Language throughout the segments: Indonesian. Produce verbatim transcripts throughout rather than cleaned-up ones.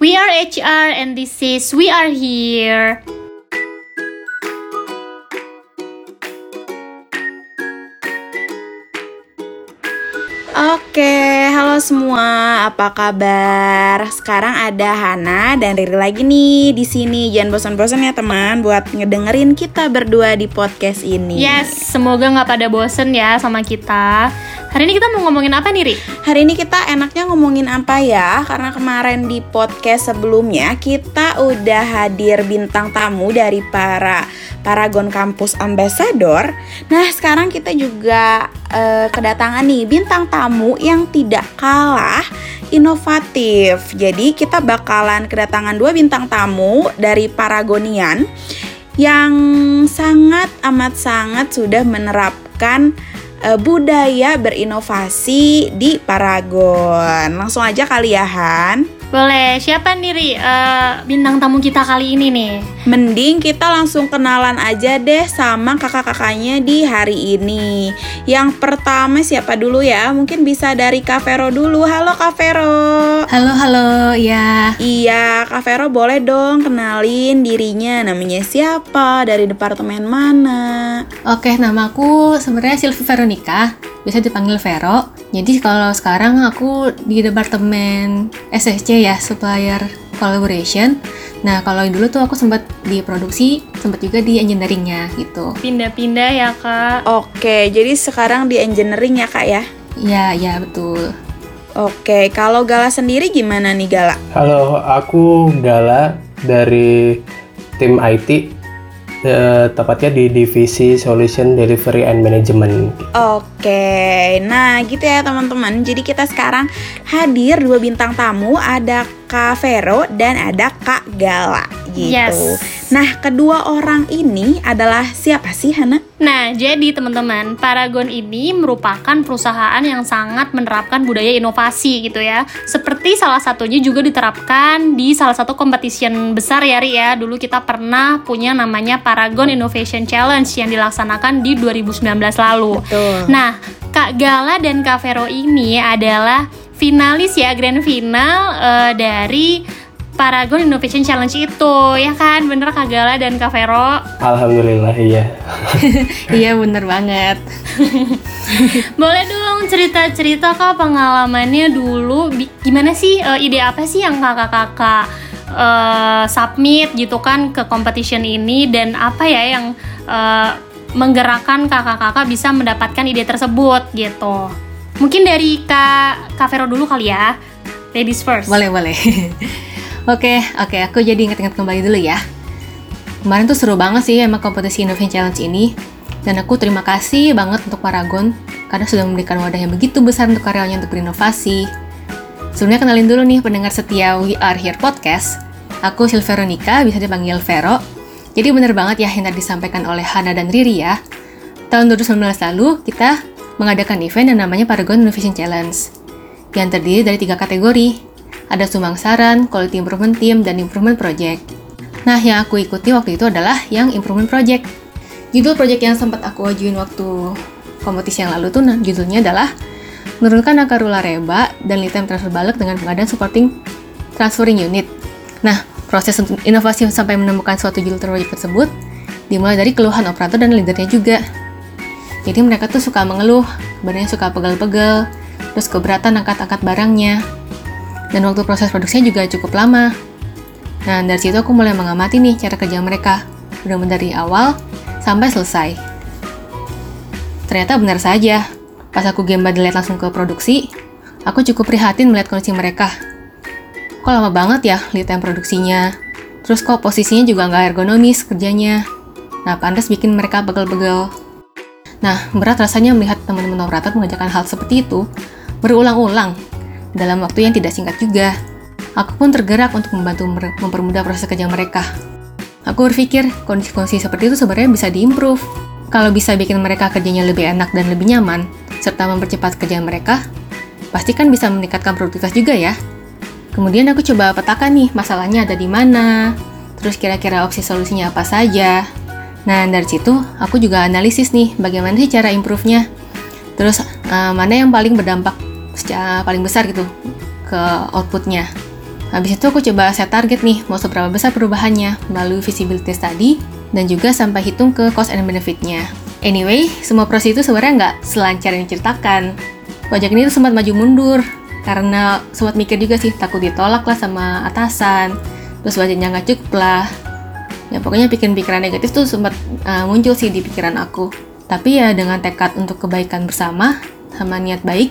We are H R and this is We Are Here. Oke, halo semua, apa kabar? Sekarang ada Hana dan Riri lagi nih di sini. Jangan bosan-bosan ya teman, buat ngedengerin kita berdua di podcast ini. Yes, semoga nggak pada bosen ya sama kita. Hari ini kita mau ngomongin apa nih, Ri? Hari ini kita enaknya ngomongin apa ya? Karena kemarin di podcast sebelumnya kita udah hadir bintang tamu dari para Paragon Campus Ambassador. Nah, sekarang kita juga uh, kedatangan nih bintang tamu yang tidak kalah inovatif. Jadi kita bakalan kedatangan dua bintang tamu dari Paragonian yang sangat amat sangat sudah menerapkan uh, budaya berinovasi di Paragon. Langsung aja kali ya, Han. Boleh, siapa nih Ri, uh, bintang tamu kita kali ini nih? Mending kita langsung kenalan aja deh sama kakak-kakaknya di hari ini. Yang pertama siapa dulu ya? Mungkin bisa dari Kak Vero dulu. Halo Kak Vero. Halo, halo, ya. Iya, Kak Vero boleh dong kenalin dirinya. Namanya siapa? Dari departemen mana? Oke, namaku sebenarnya Sylvie Veronica, bisa dipanggil Vero. Jadi kalau sekarang aku di departemen S S C ya, Supplier Collaboration. Nah, kalau dulu tuh aku sempat di produksi, sempat juga di engineering-nya gitu. Pindah-pindah ya, Kak. Oke, jadi sekarang di engineering ya, Kak ya? Iya, iya betul. Oke, kalau Gala sendiri gimana nih, Gala? Halo, aku Gala dari tim I T, eh, tepatnya di divisi Solution Delivery and Management. Oke, nah gitu ya teman-teman. Jadi kita sekarang hadir dua bintang tamu, ada Kak Vero dan ada Kak Gala gitu. Yes. Nah, kedua orang ini adalah siapa sih, Hana? Nah, jadi teman-teman, Paragon ini merupakan perusahaan yang sangat menerapkan budaya inovasi gitu ya. Seperti salah satunya juga diterapkan di salah satu competition besar ya, Ri ya. Dulu kita pernah punya namanya Paragon Innovation Challenge yang dilaksanakan di dua ribu sembilan belas lalu. Betul. Nah, Kak Gala dan Kak Vero ini adalah finalis ya, grand final uh, dari Paragon Innovation Challenge itu, ya kan? Bener Kak Gala dan Kak Vero? Alhamdulillah, iya. Iya, bener banget. Boleh dong cerita-cerita Kak pengalamannya dulu, gimana sih, uh, ide apa sih yang kakak-kakak uh, submit gitu kan ke competition ini, dan apa ya yang uh, menggerakkan kakak-kakak bisa mendapatkan ide tersebut gitu. Mungkin dari Kak, Kak Vero dulu kali ya, ladies first. Boleh, boleh. Oke, oke, aku jadi ingat-ingat kembali dulu ya. Kemarin tuh seru banget sih emang kompetisi Innovation Challenge ini. Dan aku terima kasih banget untuk Paragon karena sudah memberikan wadah yang begitu besar untuk karyawannya untuk berinovasi. Sebelumnya kenalin dulu nih pendengar setia We Are Here Podcast. Aku Sylvie Veronica, bisa dipanggil Vero. Jadi bener banget ya yang tadi disampaikan oleh Hana dan Riri ya. Tahun dua ribu sembilan belas lalu, kita mengadakan event yang namanya Paragon Innovation Challenge, yang terdiri dari tiga kategori. Ada sumbang saran, quality improvement team, dan improvement project. Nah, yang aku ikuti waktu itu adalah yang improvement project. Judul project yang sempat aku ajuin waktu kompetisi yang lalu tuh, nah, judulnya adalah menurunkan angka rula reba dan lead time transfer bulk dengan pengadaan supporting transferring unit. Nah, proses untuk inovasi sampai menemukan suatu judul project tersebut dimulai dari keluhan operator dan leadernya juga. Jadi mereka tuh suka mengeluh, sebenarnya suka pegal-pegal, terus keberatan angkat-angkat barangnya. Dan waktu proses produksinya juga cukup lama. Nah, dari situ aku mulai mengamati nih cara kerja mereka, benar-benar dari awal sampai selesai. Ternyata benar saja, pas aku gemba dilihat langsung ke produksi, aku cukup prihatin melihat kondisi mereka. Kok lama banget ya lead time produksinya, terus kok posisinya juga nggak ergonomis kerjanya. Nah, pantas bikin mereka pegel-pegel. Nah, berat rasanya melihat teman-teman operator mengerjakan hal seperti itu berulang-ulang dalam waktu yang tidak singkat juga. Aku pun tergerak untuk membantu mer- mempermudah proses kerja mereka. Aku berpikir kondisi-kondisi seperti itu sebenarnya bisa diimprove. Kalau bisa bikin mereka kerjanya lebih enak dan lebih nyaman, serta mempercepat kerjaan mereka, pasti kan bisa meningkatkan produktivitas juga ya. Kemudian aku coba petakan nih masalahnya ada di mana, terus kira-kira opsi solusinya apa saja. Nah, dari situ aku juga analisis nih bagaimana sih cara improve-nya. Terus uh, mana yang paling berdampak secara paling besar gitu ke outputnya. Habis itu aku coba set target nih, mau seberapa besar perubahannya melalui feasibility study dan juga sampai hitung ke cost and benefit-nya. Anyway, semua proses itu sebenarnya nggak selancar yang diceritakan. Project ini tuh sempat maju mundur, karena sempat mikir juga sih, takut ditolak lah sama atasan, terus budgetnya nggak cukup lah. Ya pokoknya pikiran-pikiran negatif tuh sempat uh, muncul sih di pikiran aku. Tapi ya dengan tekad untuk kebaikan bersama, sama niat baik,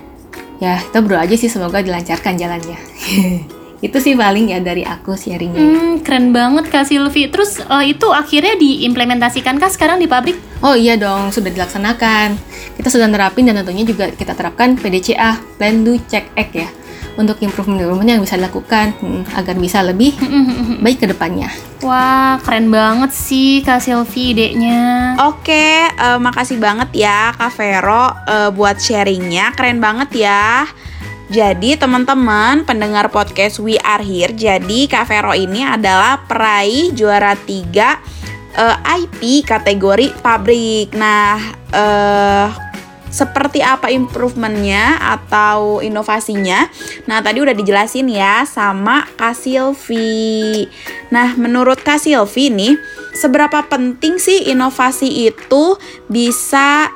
ya kita berdoa aja sih semoga dilancarkan jalannya. Itu sih paling ya dari aku sharingnya. Hmm, keren banget Kak Silvi. Terus uh, itu akhirnya diimplementasikan Kak sekarang di pabrik? Oh iya dong, sudah dilaksanakan. Kita sudah nerapin dan tentunya juga kita terapkan P D C A, Plan, Do, Check, Act ya. Untuk improvement-improvement yang bisa dilakukan hmm, agar bisa lebih baik ke depannya. Wah, keren banget sih Kak Silvi idenya. Oke, uh, makasih banget ya Kak Vero uh, buat sharingnya, keren banget ya. Jadi teman-teman pendengar podcast We Are Here, jadi Kak Vero ini adalah peraih juara tiga uh, I P kategori pabrik. Nah, uh, seperti apa improvementnya atau inovasinya? Nah, tadi udah dijelasin ya sama Kak Silvi. Nah, menurut Kak Silvi nih, seberapa penting sih inovasi itu bisa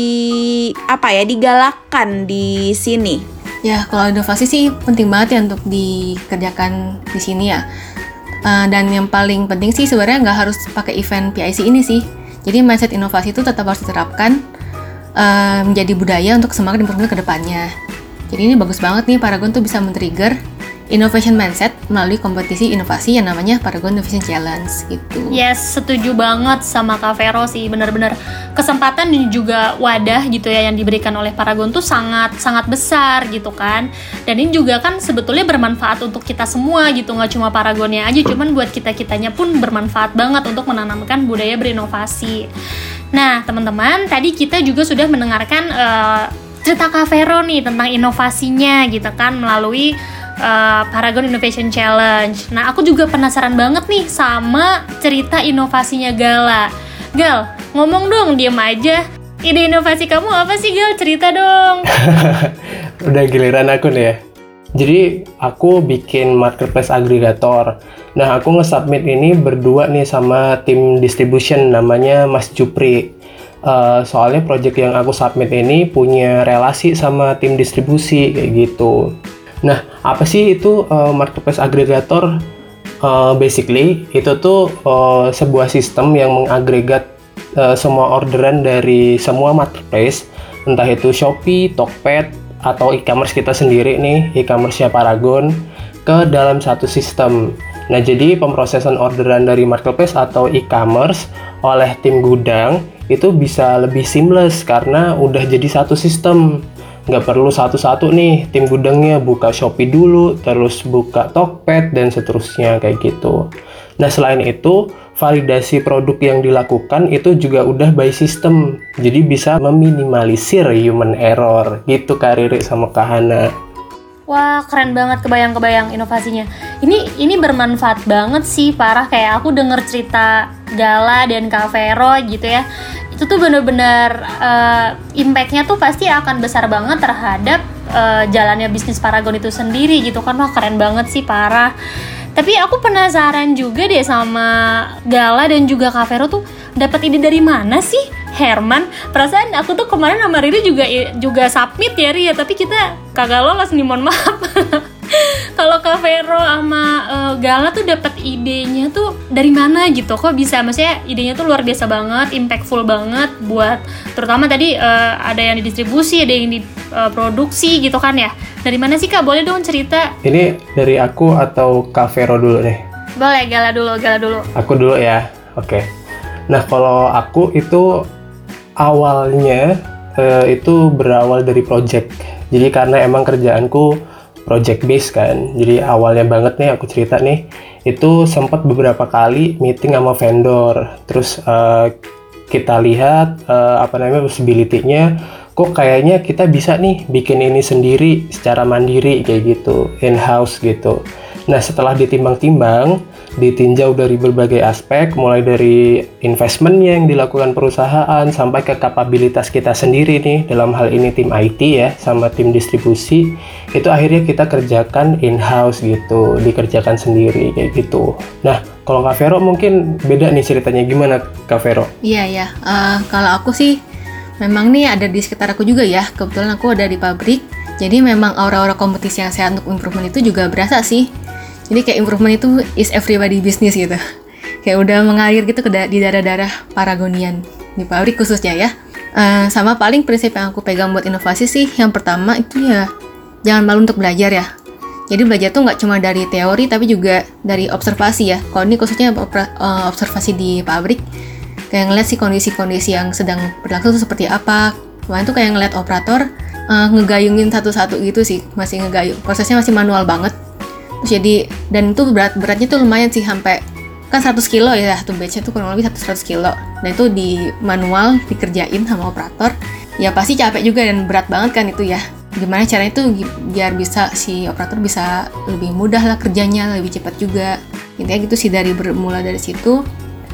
di apa ya digalakkan di sini? Ya, kalau inovasi sih penting banget ya untuk dikerjakan di sini ya. Uh, dan yang paling penting sih sebenarnya nggak harus pakai event P I C ini sih. Jadi mindset inovasi itu tetap harus diterapkan uh, menjadi budaya untuk semangat improvement ke depannya. Jadi ini bagus banget nih Paragon tuh bisa men-trigger innovation mindset melalui kompetisi inovasi yang namanya Paragon Innovation Challenge gitu. Yes, setuju banget sama Kak Vero sih, benar-benar kesempatan dan juga wadah gitu ya yang diberikan oleh Paragon tuh sangat sangat besar gitu kan. Dan ini juga kan sebetulnya bermanfaat untuk kita semua gitu, nggak cuma Paragonnya aja, cuman buat kita-kitanya pun bermanfaat banget untuk menanamkan budaya berinovasi. Nah, teman-teman, tadi kita juga sudah mendengarkan uh, cerita Kak Vero nih tentang inovasinya gitu kan melalui Uh, Paragon Innovation Challenge. Nah, aku juga penasaran banget nih sama cerita inovasinya Gala. Gal, ngomong dong, diam aja. Ide inovasi kamu apa sih Gal? Cerita dong. Udah giliran aku nih ya. Jadi aku bikin marketplace agregator. Nah, aku nge-submit ini berdua nih sama tim distribution namanya Mas Jupri. Uh, soalnya project yang aku submit ini punya relasi sama tim distribusi kayak gitu. Nah, apa sih itu uh, marketplace aggregator? Uh, basically, itu tuh uh, sebuah sistem yang mengagregat uh, semua orderan dari semua marketplace, entah itu Shopee, Tokped, atau e-commerce kita sendiri nih, e-commerce-nya Paragon, ke dalam satu sistem. Nah, jadi pemrosesan orderan dari marketplace atau e-commerce oleh tim gudang itu bisa lebih seamless karena udah jadi satu sistem. Nggak perlu satu-satu nih tim gudangnya buka Shopee dulu, terus buka Tokped, dan seterusnya kayak gitu. Nah, selain itu, validasi produk yang dilakukan itu juga udah by system, jadi bisa meminimalisir human error gitu Kak Riri sama Kak Hana. Wah, keren banget, kebayang-kebayang inovasinya. Ini ini bermanfaat banget sih, parah. Kayak aku denger cerita Gala dan Kak Vero gitu ya. Itu tuh bener-bener uh, impact-nya tuh pasti akan besar banget terhadap uh, jalannya bisnis Paragon itu sendiri gitu kan. Wah, keren banget sih, parah. Tapi aku penasaran juga deh sama Gala dan juga Kak Vero tuh dapat ide dari mana sih? Herman, perasaan aku tuh kemarin sama Riri juga juga submit ya Ri ya, tapi kita kagak lolos nih, mohon maaf. Kalau Kak Vero sama uh, Gala tuh dapat idenya tuh dari mana gitu? Kok bisa? Maksudnya idenya tuh luar biasa banget, impactful banget buat terutama tadi uh, ada yang didistribusi, ada yang diproduksi uh, gitu kan ya. Dari mana sih Kak? Boleh dong cerita. Ini dari aku atau Kak Vero dulu nih? Boleh, Gala dulu, Gala dulu. Aku dulu ya. Oke. Nah, kalau aku itu awalnya uh, itu berawal dari project. Jadi karena emang kerjaanku project based kan. Jadi awalnya banget nih aku cerita nih, itu sempat beberapa kali meeting sama vendor. Terus uh, kita lihat uh, apa namanya possibility-nya, kok kayaknya kita bisa nih bikin ini sendiri secara mandiri kayak gitu, in house gitu. Nah, setelah ditimbang-timbang, ditinjau dari berbagai aspek, mulai dari investmentnya yang dilakukan perusahaan, sampai ke kapabilitas kita sendiri nih, dalam hal ini tim I T ya, sama tim distribusi, itu akhirnya kita kerjakan in-house gitu, dikerjakan sendiri, kayak gitu. Nah, kalau Kak Vero mungkin beda nih ceritanya, gimana Kak Vero? Iya, iya. Uh, kalau aku sih, memang nih ada di sekitar aku juga ya, kebetulan aku ada di pabrik, jadi memang aura-aura kompetisi yang sehat untuk improvement itu juga berasa sih. Jadi kayak improvement itu is everybody business gitu. Kayak udah mengalir gitu ke da- di darah-darah Paragonian di pabrik khususnya ya. Uh, sama paling prinsip yang aku pegang buat inovasi sih, yang pertama itu ya jangan malu untuk belajar ya. Jadi belajar tuh nggak cuma dari teori tapi juga dari observasi ya. Kalau ini khususnya opera- uh, observasi di pabrik, kayak ngeliat sih kondisi-kondisi yang sedang berlangsung tuh seperti apa. Kemarin tuh kayak ngeliat operator uh, ngegayungin satu-satu gitu sih, masih ngegayung. Prosesnya masih manual banget. Terus jadi, dan itu berat beratnya tuh lumayan sih, sampai kan seratus kilo ya, satu batch-nya tuh kurang lebih seratus kilo. Dan itu di manual dikerjain sama operator. Ya pasti capek juga dan berat banget kan itu ya. Gimana caranya tuh biar bisa si operator bisa lebih mudah lah kerjanya, lebih cepat juga. Intinya gitu sih, dari bermula dari situ.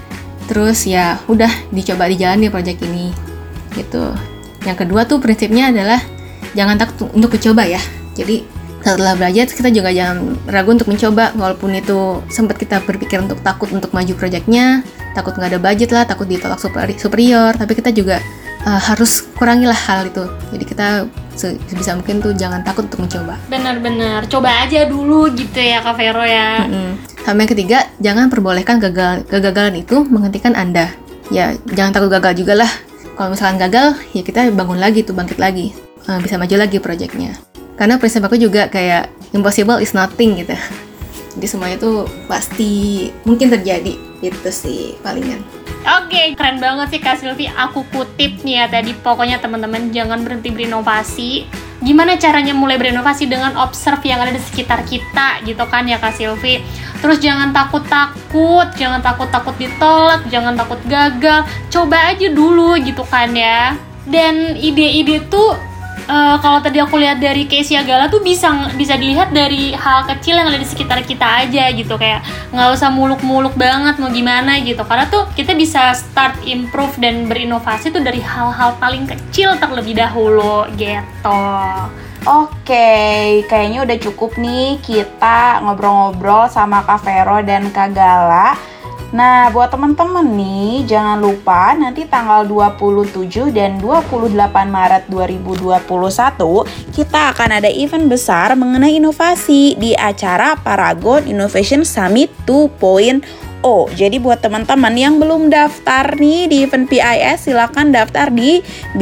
Terus ya udah dicoba dijalani project ini gitu. Yang kedua tuh prinsipnya adalah jangan takut untuk mencoba ya. Jadi setelah belajar kita juga jangan ragu untuk mencoba, walaupun itu sempat kita berpikir untuk takut untuk maju proyeknya, takut nggak ada budget lah, takut ditolak superior, tapi kita juga uh, harus kurangilah hal itu. Jadi kita sebisa mungkin tuh jangan takut untuk mencoba. Benar-benar, coba aja dulu gitu ya Kak Vero ya. Mm-hmm. Sama yang ketiga, jangan perbolehkan gagal kegagalan itu menghentikan Anda. Ya jangan takut gagal juga lah. Kalau misalkan gagal, ya kita bangun lagi tuh, bangkit lagi, uh, bisa maju lagi proyeknya. Karena prinsip aku juga kayak impossible is nothing gitu. Jadi semuanya tuh pasti mungkin terjadi. Itu sih palingan. Oke, keren banget sih Kak Silvi. Aku kutip nih ya tadi. Pokoknya teman-teman jangan berhenti berinovasi. Gimana caranya mulai berinovasi? Dengan observe yang ada di sekitar kita gitu kan ya Kak Silvi. Terus jangan takut-takut, jangan takut-takut ditolak, jangan takut gagal. Coba aja dulu gitu kan ya. Dan ide-ide tuh Uh, kalau tadi aku lihat dari case Yagala tuh bisa bisa dilihat dari hal kecil yang ada di sekitar kita aja gitu, kayak nggak usah muluk-muluk banget mau gimana gitu, karena tuh kita bisa start improve dan berinovasi tuh dari hal-hal paling kecil terlebih dahulu gitu. Oke, kayaknya udah cukup nih kita ngobrol-ngobrol sama Kak Vero dan Kak Gala. Nah, buat teman-teman nih, jangan lupa nanti tanggal dua puluh tujuh dan dua puluh delapan Maret dua ribu dua puluh satu kita akan ada event besar mengenai inovasi di acara Paragon Innovation Summit dua titik nol. Jadi buat teman-teman yang belum daftar nih di event P I S, silakan daftar di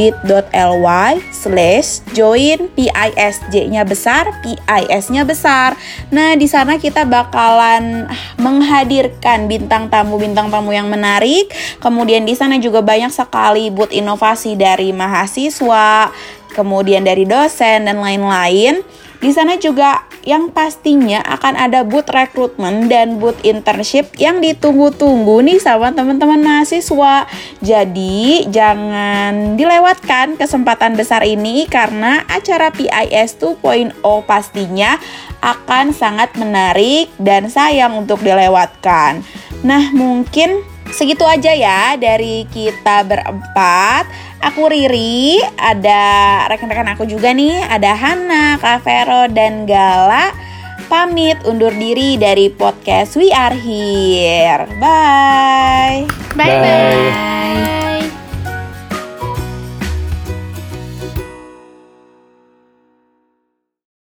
bit.ly slash join P I S, J-nya besar, P I S-nya besar. Nah, di sana kita bakalan menghadirkan bintang tamu-bintang tamu yang menarik. Kemudian di sana juga banyak sekali booth inovasi dari mahasiswa, kemudian dari dosen dan lain-lain. Di sana juga yang pastinya akan ada booth rekrutmen dan booth internship yang ditunggu-tunggu nih sama teman-teman mahasiswa. Jadi jangan dilewatkan kesempatan besar ini karena acara P I S dua titik nol pastinya akan sangat menarik dan sayang untuk dilewatkan. Nah, mungkin segitu aja ya dari kita berempat. Aku Riri, ada rekan-rekan aku juga nih, ada Hana, Kak Vero, dan Gala. Pamit undur diri dari podcast We Are Here. Bye. Bye-bye. Bye.